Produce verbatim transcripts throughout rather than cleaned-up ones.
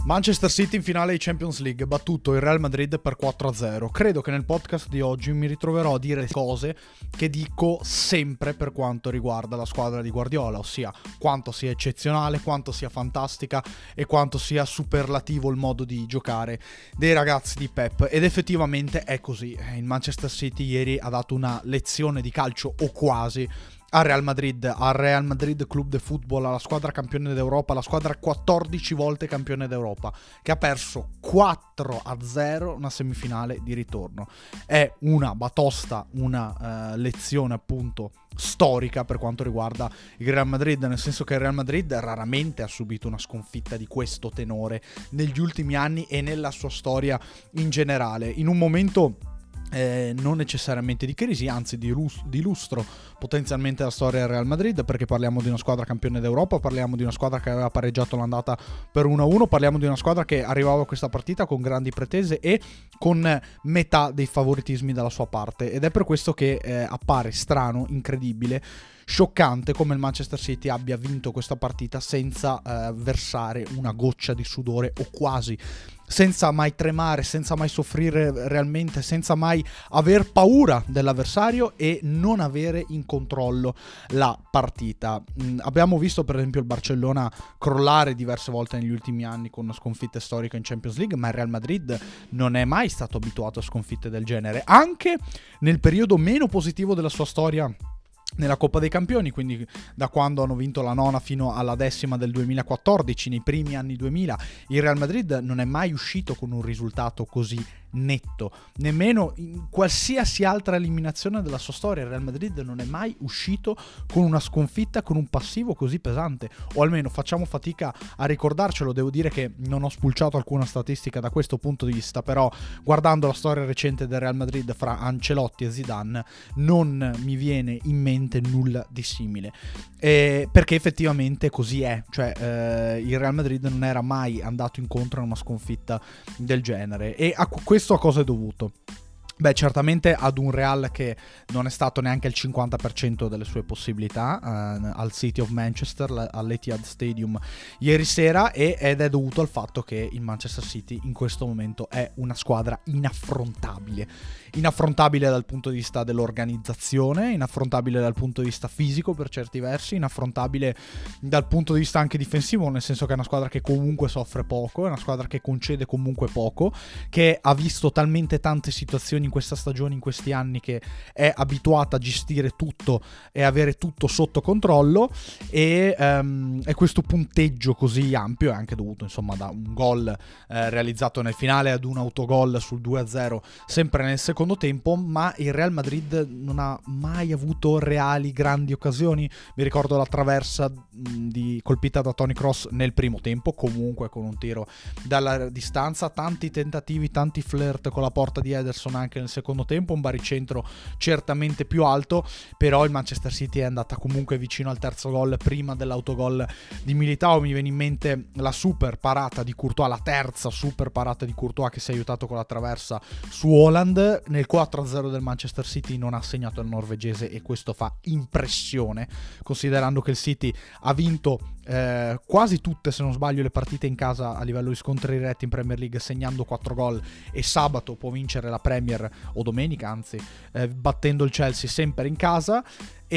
Manchester City in finale di Champions League, battuto il Real Madrid per quattro a zero. Credo che nel podcast di oggi mi ritroverò a dire cose che dico sempre per quanto riguarda la squadra di Guardiola, ossia quanto sia eccezionale, quanto sia fantastica e quanto sia superlativo il modo di giocare dei ragazzi di Pep. Ed effettivamente è così. Il Manchester City ieri ha dato una lezione di calcio, o quasi, al Real Madrid, al Real Madrid Club de Football, alla squadra campione d'Europa, la squadra quattordici volte campione d'Europa, che ha perso quattro a zero una semifinale di ritorno. È una batosta, una uh, lezione appunto storica per quanto riguarda il Real Madrid, nel senso che il Real Madrid raramente ha subito una sconfitta di questo tenore negli ultimi anni e nella sua storia in generale, in un momento Eh, non necessariamente di crisi, anzi di, lus- di lustro potenzialmente la storia del Real Madrid, perché parliamo di una squadra campione d'Europa, parliamo di una squadra che aveva pareggiato l'andata per uno a uno, parliamo di una squadra che arrivava a questa partita con grandi pretese e con metà dei favoritismi dalla sua parte, ed è per questo che eh, appare strano, incredibile, scioccante come il Manchester City abbia vinto questa partita senza eh, versare una goccia di sudore, o quasi, senza mai tremare, senza mai soffrire realmente, senza mai aver paura dell'avversario e non avere in controllo la partita. Mm, abbiamo visto per esempio il Barcellona crollare diverse volte negli ultimi anni con sconfitte storiche in Champions League, ma il Real Madrid non è mai stato abituato a sconfitte del genere, anche nel periodo meno positivo della sua storia nella Coppa dei Campioni, quindi da quando hanno vinto la nona fino alla decima del duemilaquattordici, nei primi anni duemila, il Real Madrid non è mai uscito con un risultato così netto, nemmeno in qualsiasi altra eliminazione della sua storia il Real Madrid non è mai uscito con una sconfitta, con un passivo così pesante, o almeno facciamo fatica a ricordarcelo. Devo dire che non ho spulciato alcuna statistica da questo punto di vista, però guardando la storia recente del Real Madrid fra Ancelotti e Zidane non mi viene in mente nulla di simile, eh, perché effettivamente così è, cioè eh, il Real Madrid non era mai andato incontro a una sconfitta del genere. E a questo a cosa è dovuto? Beh, certamente ad un Real che non è stato neanche al cinquanta per cento delle sue possibilità eh, al City of Manchester, all'Etihad Stadium ieri sera, e, ed è dovuto al fatto che il Manchester City in questo momento è una squadra inaffrontabile. Inaffrontabile dal punto di vista dell'organizzazione, inaffrontabile dal punto di vista fisico per certi versi, inaffrontabile dal punto di vista anche difensivo, nel senso che è una squadra che comunque soffre poco, è una squadra che concede comunque poco, che ha visto talmente tante situazioni in questa stagione, in questi anni, che è abituata a gestire tutto e avere tutto sotto controllo, e, um, e questo punteggio così ampio è anche dovuto insomma da un gol eh, realizzato nel finale, ad un autogol sul due a zero sempre nel secondo tempo, ma il Real Madrid non ha mai avuto reali grandi occasioni. Mi ricordo la traversa mh, di, colpita da Toni Kroos nel primo tempo, comunque con un tiro dalla distanza, tanti tentativi, tanti flirt con la porta di Ederson anche nel secondo tempo, un baricentro certamente più alto, però il Manchester City è andata comunque vicino al terzo gol prima dell'autogol di Militao. Mi viene in mente la super parata di Courtois, la terza super parata di Courtois che si è aiutato con la traversa su Haaland. Nel quattro a zero del Manchester City non ha segnato il norvegese, e questo fa impressione considerando che il City ha vinto eh, quasi tutte, se non sbaglio, le partite in casa a livello di scontri diretti in Premier League, segnando quattro gol, e sabato può vincere la Premier, o domenica anzi, eh, battendo il Chelsea sempre in casa,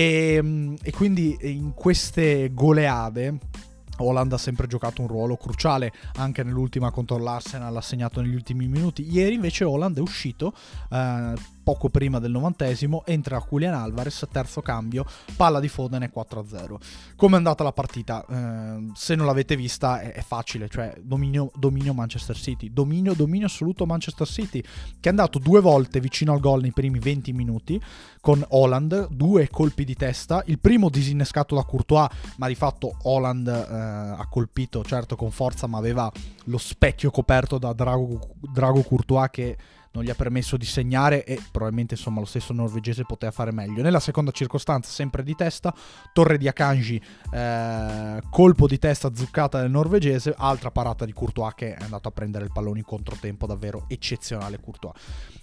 e, e quindi in queste goleade Haaland ha sempre giocato un ruolo cruciale, anche nell'ultima contro l'Arsenal ha segnato negli ultimi minuti. Ieri invece Haaland è uscito eh, poco prima del novantesimo, entra Julian Alvarez, terzo cambio, palla di Foden e quattro a zero. Come è andata la partita? Eh, se non l'avete vista è, è facile, cioè dominio, dominio Manchester City, dominio, dominio assoluto Manchester City, che è andato due volte vicino al gol nei primi venti minuti con Haaland, due colpi di testa, il primo disinnescato da Courtois, ma di fatto Haaland eh, ha colpito certo con forza, ma aveva lo specchio coperto da Drago, Drago Courtois che non gli ha permesso di segnare, e probabilmente insomma lo stesso norvegese poteva fare meglio. Nella seconda circostanza, sempre di testa, torre di Akanji, eh, colpo di testa zuccata del norvegese, altra parata di Courtois che è andato a prendere il pallone in controtempo, davvero eccezionale Courtois.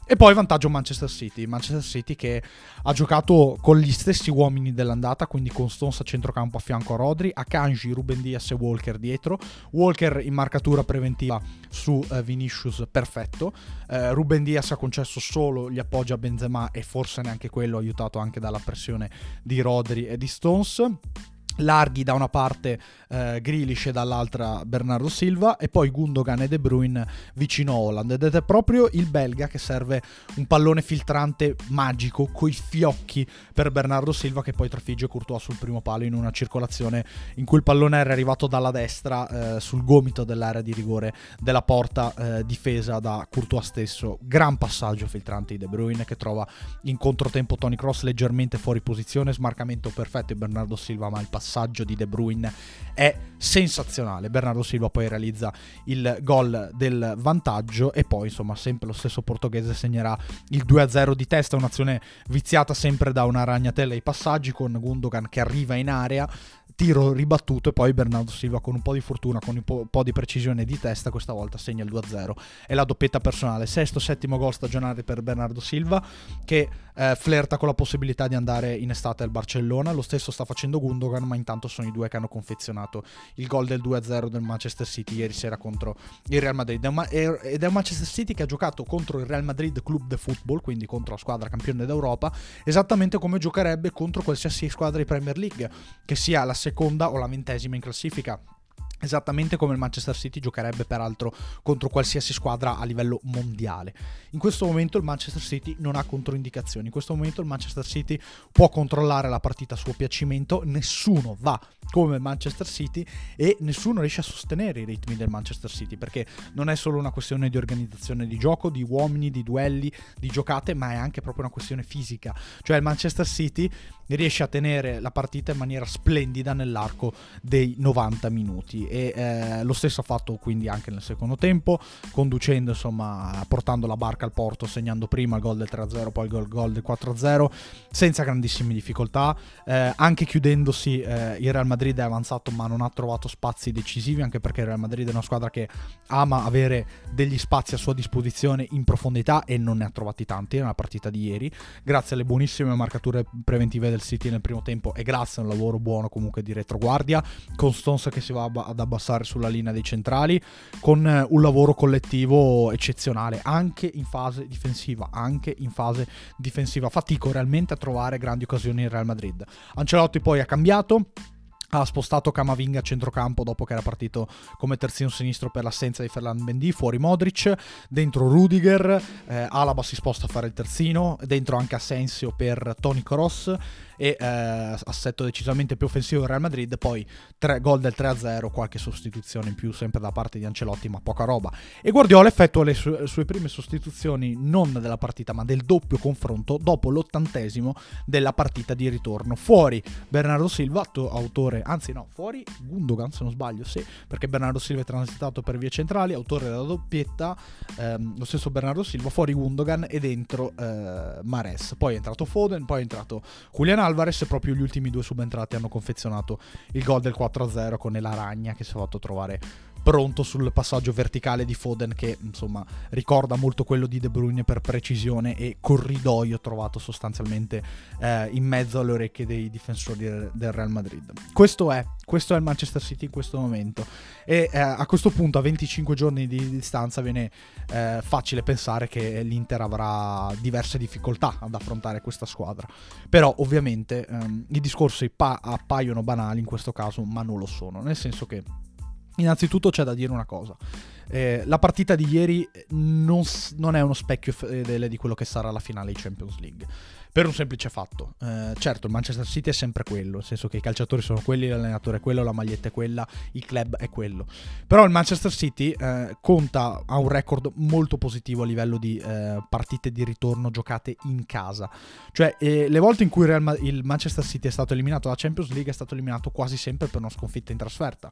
E poi vantaggio Manchester City, Manchester City che ha giocato con gli stessi uomini dell'andata, quindi con Stones a centrocampo a fianco a Rodri, Akanji, Ruben Dias e Walker dietro, Walker in marcatura preventiva su uh, Vinicius, perfetto, uh, Ruben Dias ha concesso solo gli appoggi a Benzema e forse neanche quello, aiutato anche dalla pressione di Rodri e di Stones. Larghi da una parte eh, Grealish e dall'altra Bernardo Silva, e poi Gundogan e De Bruyne vicino a Haaland, ed è proprio il belga che serve un pallone filtrante magico coi fiocchi per Bernardo Silva, che poi trafigge Courtois sul primo palo in una circolazione in cui il pallone era arrivato dalla destra eh, sul gomito dell'area di rigore della porta eh, difesa da Courtois stesso. Gran passaggio filtrante di De Bruyne, che trova in controtempo Toni Kroos leggermente fuori posizione, smarcamento perfetto di Bernardo Silva, ma il passaggio passaggio di De Bruyne è sensazionale. Bernardo Silva poi realizza il gol del vantaggio e poi insomma sempre lo stesso portoghese segnerà il due a zero di testa, un'azione viziata sempre da una ragnatela ai passaggi, con Gundogan che arriva in area, tiro ribattuto, e poi Bernardo Silva con un po' di fortuna, con un po', po' di precisione di testa, questa volta segna il due a zero e la doppietta personale. Sesto, settimo gol stagionale per Bernardo Silva, che eh, flirta con la possibilità di andare in estate al Barcellona. Lo stesso sta facendo Gundogan, ma intanto sono i due che hanno confezionato il gol del due a zero del Manchester City ieri sera contro il Real Madrid. Ed è un Manchester City che ha giocato contro il Real Madrid Club de Football, quindi contro la squadra campione d'Europa, esattamente come giocherebbe contro qualsiasi squadra di Premier League, che sia la seconda o la ventesima in classifica, esattamente come il Manchester City giocherebbe peraltro contro qualsiasi squadra a livello mondiale. In questo momento il Manchester City non ha controindicazioni, in questo momento il Manchester City può controllare la partita a suo piacimento, nessuno va come il Manchester City e nessuno riesce a sostenere i ritmi del Manchester City, perché non è solo una questione di organizzazione di gioco, di uomini, di duelli, di giocate, ma è anche proprio una questione fisica. Cioè il Manchester City riesce a tenere la partita in maniera splendida nell'arco dei novanta minuti, e eh, lo stesso ha fatto quindi anche nel secondo tempo, conducendo, insomma, portando la barca al porto, segnando prima il gol del tre a zero, poi il gol, gol del quattro a zero senza grandissime difficoltà, eh, anche chiudendosi. eh, il Real Madrid è avanzato ma non ha trovato spazi decisivi, anche perché il Real Madrid è una squadra che ama avere degli spazi a sua disposizione in profondità e non ne ha trovati tanti nella partita di ieri, grazie alle buonissime marcature preventive del City nel primo tempo e grazie a un lavoro buono comunque di retroguardia, con Stones che si va ad abbassare sulla linea dei centrali, con un lavoro collettivo eccezionale anche in fase difensiva, anche in fase difensiva fatico realmente a trovare grandi occasioni in Real Madrid. Ancelotti poi ha cambiato, ha spostato Camavinga a centrocampo dopo che era partito come terzino sinistro per l'assenza di Ferland Mendy, fuori Modric, dentro Rudiger, eh, Alaba si sposta a fare il terzino, dentro anche Asensio per Toni Kroos, e eh, assetto decisamente più offensivo del Real Madrid. Poi tre gol del tre a zero, qualche sostituzione in più sempre da parte di Ancelotti, ma poca roba, e Guardiola effettua le, su- le sue prime sostituzioni non della partita ma del doppio confronto dopo l'ottantesimo della partita di ritorno. Fuori Bernardo Silva, to- autore anzi no, fuori Gundogan se non sbaglio, sì, perché Bernardo Silva è transitato per vie centrali, autore della doppietta, ehm, lo stesso Bernardo Silva, fuori Gundogan e dentro eh, Mahrez. Poi è entrato Foden, poi è entrato Julian Alvarez, e proprio gli ultimi due subentrati hanno confezionato il gol del quattro a zero con El Aragna, che si è fatto trovare pronto sul passaggio verticale di Foden, che insomma ricorda molto quello di De Bruyne per precisione e corridoio trovato sostanzialmente eh, in mezzo alle orecchie dei difensori del, del Real Madrid. Questo è, questo è il Manchester City in questo momento, e eh, a questo punto a venticinque giorni di distanza viene eh, facile pensare che l'Inter avrà diverse difficoltà ad affrontare questa squadra, però ovviamente ehm, i discorsi pa- appaiono banali in questo caso, ma non lo sono, nel senso che innanzitutto c'è da dire una cosa: eh, la partita di ieri non, non è uno specchio fedele di quello che sarà la finale di Champions League, per un semplice fatto. Eh, certo, il Manchester City è sempre quello, nel senso che i calciatori sono quelli, l'allenatore è quello, la maglietta è quella, il club è quello. Però il Manchester City eh, conta, ha un record molto positivo a livello di eh, partite di ritorno giocate in casa. Cioè, eh, le volte in cui il, Real Ma- il Manchester City è stato eliminato dalla Champions League è stato eliminato quasi sempre per una sconfitta in trasferta,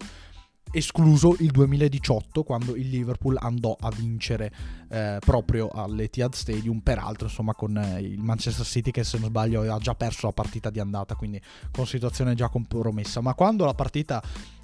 escluso il duemiladiciotto, quando il Liverpool andò a vincere eh, proprio all'Etihad Stadium, peraltro insomma con eh, il Manchester City che, se non sbaglio, aveva già perso la partita di andata, quindi con situazione già compromessa. Ma quando la partita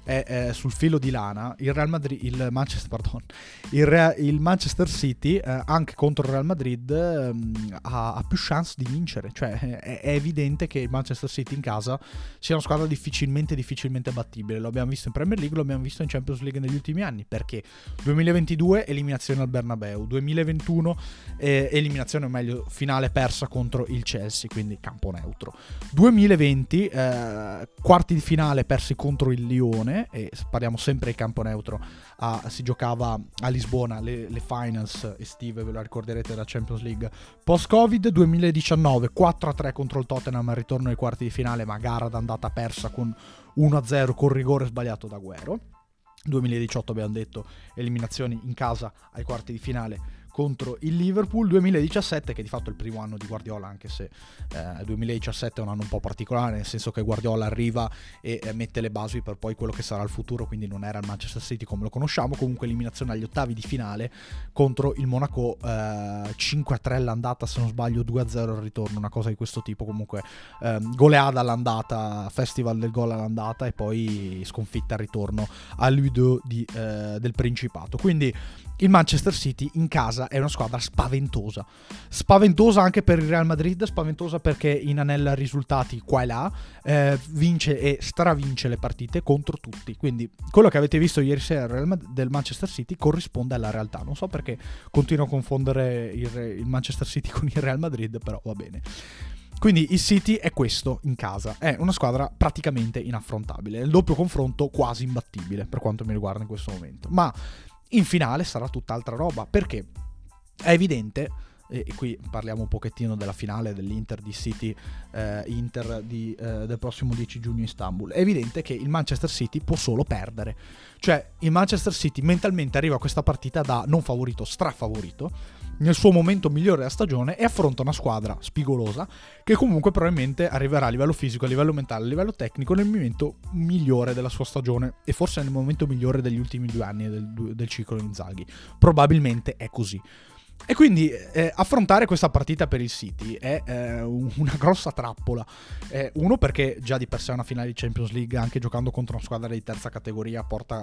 è, è sul filo di lana. Il Real Madrid, il Manchester, pardon, il, Re, il Manchester City eh, anche contro il Real Madrid ehm, ha, ha più chance di vincere. Cioè è, è evidente che il Manchester City in casa sia una squadra difficilmente difficilmente battibile. Lo abbiamo visto in Premier League, lo abbiamo visto in Champions League negli ultimi anni. Perché duemilaventidue eliminazione al Bernabeu, duemilaventuno eh, eliminazione, o meglio finale persa contro il Chelsea, quindi campo neutro. duemilaventi eh, quarti di finale persi contro il Lione, e parliamo sempre di campo neutro. Ah, si giocava a Lisbona le, le finals estive, ve lo ricorderete, della Champions League post-Covid. Duemiladiciannove quattro a tre contro il Tottenham al ritorno ai quarti di finale, ma gara d'andata persa con uno a zero con rigore sbagliato da Agüero. duemiladiciotto abbiamo detto eliminazioni in casa ai quarti di finale contro il Liverpool. Duemiladiciassette, che di fatto è il primo anno di Guardiola, anche se eh, duemiladiciassette è un anno un po' particolare, nel senso che Guardiola arriva e eh, mette le basi per poi quello che sarà il futuro, quindi non era il Manchester City come lo conosciamo. Comunque eliminazione agli ottavi di finale contro il Monaco, eh, cinque a tre all'andata se non sbaglio, due a zero al ritorno, una cosa di questo tipo. Comunque eh, goleada all'andata, festival del gol all'andata, e poi sconfitta al ritorno all'U due di, eh, del Principato. Quindi il Manchester City in casa è una squadra spaventosa, spaventosa anche per il Real Madrid, spaventosa perché inanella risultati qua e là, eh, vince e stravince le partite contro tutti. Quindi quello che avete visto ieri sera del Manchester City corrisponde alla realtà. Non so perché continuo a confondere il, il Manchester City con il Real Madrid, però va bene. Quindi il City è questo in casa, è una squadra praticamente inaffrontabile, il doppio confronto quasi imbattibile per quanto mi riguarda in questo momento. Ma in finale sarà tutt'altra roba, perché è evidente, e qui parliamo un pochettino della finale dell'Inter di City eh, Inter di, eh, del prossimo dieci giugno in Istanbul, è evidente che il Manchester City può solo perdere. Cioè il Manchester City mentalmente arriva a questa partita da non favorito, strafavorito, nel suo momento migliore della stagione, e affronta una squadra spigolosa che comunque probabilmente arriverà a livello fisico, a livello mentale, a livello tecnico nel momento migliore della sua stagione, e forse nel momento migliore degli ultimi due anni del, del ciclo Inzaghi. Probabilmente è così. E quindi eh, affrontare questa partita per il City è eh, una grossa trappola. Eh, uno, perché già di per sé una finale di Champions League, anche giocando contro una squadra di terza categoria, porta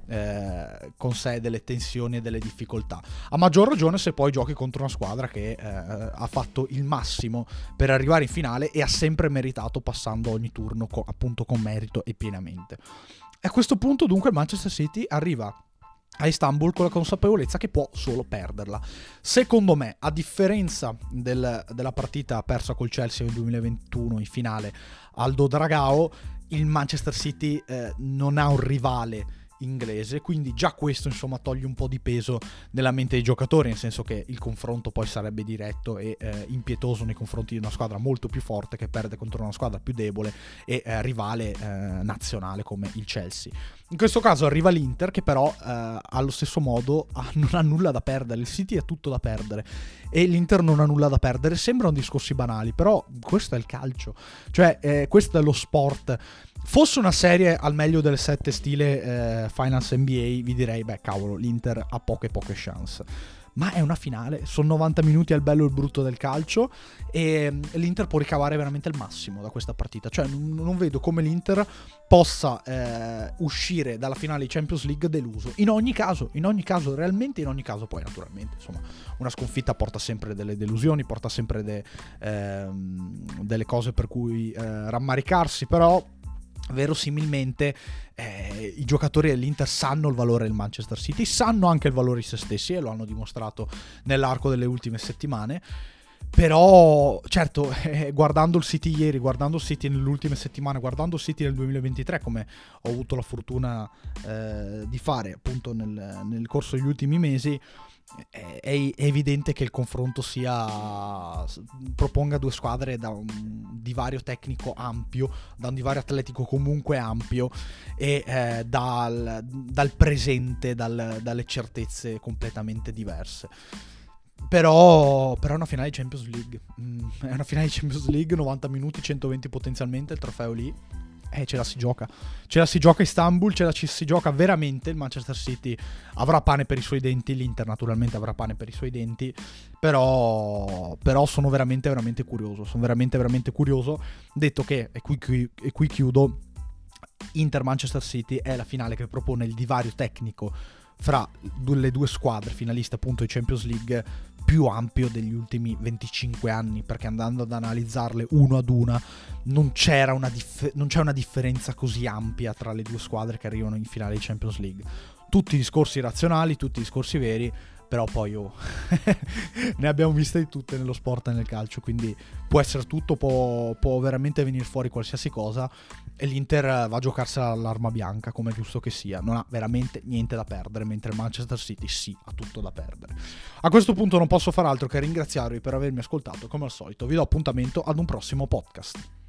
eh, con sé delle tensioni e delle difficoltà. A maggior ragione se poi giochi contro una squadra che eh, ha fatto il massimo per arrivare in finale e ha sempre meritato, passando ogni turno co- appunto con merito e pienamente. E a questo punto dunque il Manchester City arriva a Istanbul con la consapevolezza che può solo perderla. Secondo me, a differenza del, della partita persa col Chelsea nel duemilaventuno in finale al Do Dragao, il Manchester City eh, non ha un rivale inglese, quindi già questo insomma toglie un po' di peso nella mente dei giocatori, nel senso che il confronto poi sarebbe diretto e eh, impietoso nei confronti di una squadra molto più forte che perde contro una squadra più debole e eh, rivale eh, nazionale come il Chelsea. In questo caso arriva l'Inter, che però eh, allo stesso modo ha, non ha nulla da perdere. Il City ha tutto da perdere e l'Inter non ha nulla da perdere. Sembrano discorsi banali, però questo è il calcio, cioè eh, questo è lo sport. Fosse una serie al meglio delle sette stile eh, Finals N B A, vi direi, beh cavolo, l'Inter ha poche poche chance. Ma è una finale, sono novanta minuti al bello e il brutto del calcio, e l'Inter può ricavare veramente il massimo da questa partita. Cioè non, non vedo come l'Inter possa eh, uscire dalla finale di Champions League deluso. In ogni caso, in ogni caso, realmente in ogni caso. Poi naturalmente, insomma, una sconfitta porta sempre delle delusioni, porta sempre de, eh, delle cose per cui eh, rammaricarsi, però verosimilmente eh, i giocatori dell'Inter sanno il valore del Manchester City, sanno anche il valore di se stessi, e lo hanno dimostrato nell'arco delle ultime settimane. Però certo, eh, guardando il City ieri, guardando il City nelle ultime settimane, guardando il City nel duemilaventitré, come ho avuto la fortuna eh, di fare appunto nel, nel corso degli ultimi mesi, è, è evidente che il confronto sia proponga due squadre da un divario tecnico ampio, da un divario atletico comunque ampio, e eh, dal, dal presente, dal, dalle certezze completamente diverse. Però, però è una finale di Champions League, mm, è una finale di Champions League, novanta minuti, centoventi potenzialmente, il trofeo lì, e eh, ce la si gioca, ce la si gioca a Istanbul, ce la ci si gioca veramente. Il Manchester City avrà pane per i suoi denti, l'Inter naturalmente avrà pane per i suoi denti, però, però sono veramente veramente curioso, sono veramente veramente curioso, detto che, e qui, qui, e qui chiudo, Inter-Manchester City è la finale che propone il divario tecnico fra le due squadre finaliste appunto di Champions League più ampio degli ultimi venticinque anni, perché andando ad analizzarle uno ad una non c'era una dif- non c'è una differenza così ampia tra le due squadre che arrivano in finale di Champions League. Tutti discorsi razionali, tutti discorsi veri, però poi oh, ne abbiamo viste di tutte nello sport e nel calcio, quindi può essere tutto, può, può veramente venire fuori qualsiasi cosa, e l'Inter va a giocarsela all'arma bianca come è giusto che sia, non ha veramente niente da perdere, mentre il Manchester City sì, ha tutto da perdere. A questo punto non posso far altro che ringraziarvi per avermi ascoltato come al solito, vi do appuntamento ad un prossimo podcast.